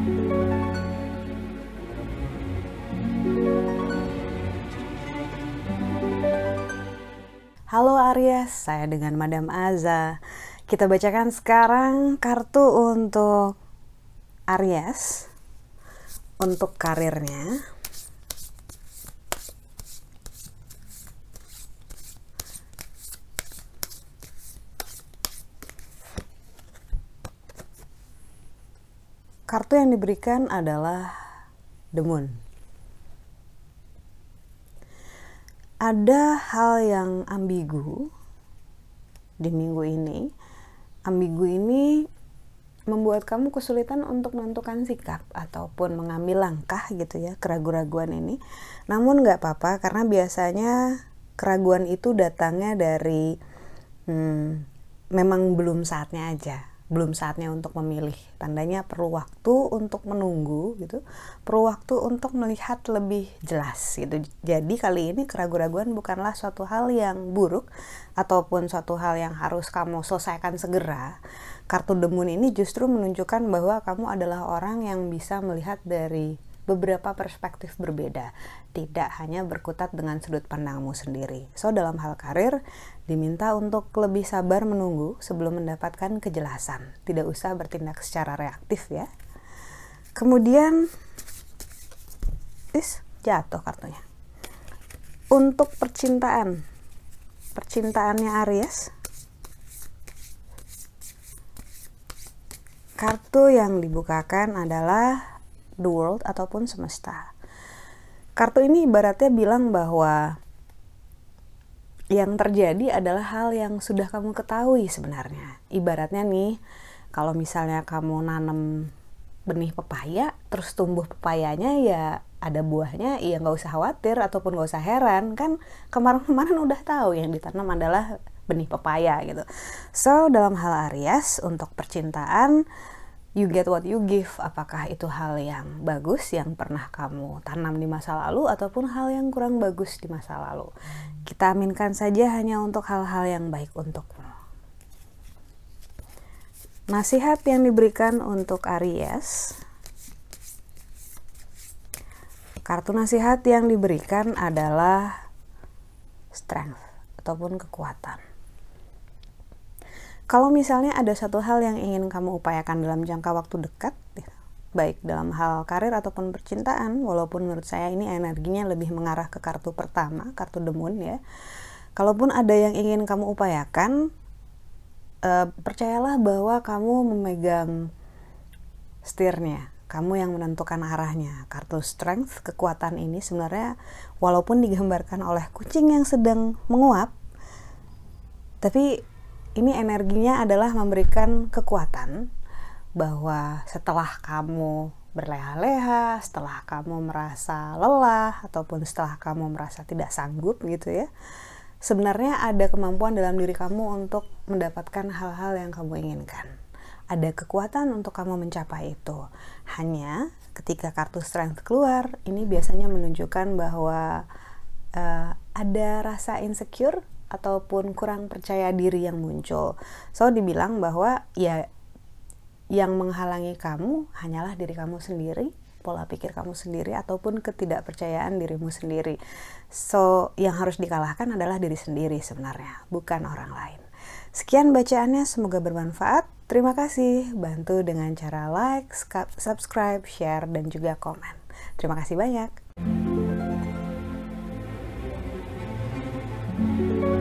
Halo Aries, saya dengan Madam Aza. Kita bacakan sekarang kartu untuk Aries untuk karirnya. Kartu yang diberikan adalah The Moon. Ada hal yang ambigu di minggu ini. Ambigu ini membuat kamu kesulitan untuk menentukan sikap ataupun mengambil langkah gitu ya, keraguan-raguan ini. Namun nggak apa-apa, karena biasanya keraguan itu datangnya dari memang belum saatnya aja. Belum saatnya untuk memilih, tandanya perlu waktu untuk menunggu gitu, perlu waktu untuk melihat lebih jelas gitu. Jadi kali ini keraguan-raguan bukanlah suatu hal yang buruk ataupun suatu hal yang harus kamu selesaikan segera. Kartu The Moon ini justru menunjukkan bahwa kamu adalah orang yang bisa melihat dari beberapa perspektif berbeda, tidak hanya berkutat dengan sudut pandangmu sendiri. So, dalam hal karir, diminta untuk lebih sabar menunggu sebelum mendapatkan kejelasan. Tidak usah bertindak secara reaktif ya. Kemudian, jatuh kartunya. Untuk percintaannya Aries, kartu yang dibukakan adalah The World ataupun semesta. Kartu ini ibaratnya bilang bahwa yang terjadi adalah hal yang sudah kamu ketahui sebenarnya. Ibaratnya nih, kalau misalnya kamu nanam benih pepaya, terus tumbuh pepayanya ya ada buahnya, ya nggak usah khawatir ataupun nggak usah heran, kan kemarin-kemarin udah tahu yang ditanam adalah benih pepaya gitu. So, dalam hal Aries, untuk percintaan, you get what you give. Apakah itu hal yang bagus yang pernah kamu tanam di masa lalu ataupun hal yang kurang bagus di masa lalu. Kita aminkan saja hanya untuk hal-hal yang baik untukmu. Nasihat yang diberikan untuk Aries. Kartu nasihat yang diberikan adalah strength ataupun kekuatan. Kalau misalnya ada satu hal yang ingin kamu upayakan dalam jangka waktu dekat, baik dalam hal karir ataupun percintaan, walaupun menurut saya ini energinya lebih mengarah ke kartu pertama, kartu The Moon ya. Kalaupun ada yang ingin kamu upayakan, percayalah bahwa kamu memegang setirnya, kamu yang menentukan arahnya. Kartu strength, kekuatan ini sebenarnya walaupun digambarkan oleh kucing yang sedang menguap, tapi ini energinya adalah memberikan kekuatan bahwa setelah kamu berleha-leha, setelah kamu merasa lelah, ataupun setelah kamu merasa tidak sanggup gitu ya, sebenarnya ada kemampuan dalam diri kamu untuk mendapatkan hal-hal yang kamu inginkan. Ada kekuatan untuk kamu mencapai itu. Hanya ketika kartu strength keluar, ini biasanya menunjukkan bahwa ada rasa insecure ataupun kurang percaya diri yang muncul. So, dibilang bahwa ya yang menghalangi kamu hanyalah diri kamu sendiri, pola pikir kamu sendiri, ataupun ketidakpercayaan dirimu sendiri. So, yang harus dikalahkan adalah diri sendiri sebenarnya, bukan orang lain. Sekian bacaannya, semoga bermanfaat. Terima kasih, bantu dengan cara like, subscribe, share, dan juga komen. Terima kasih banyak.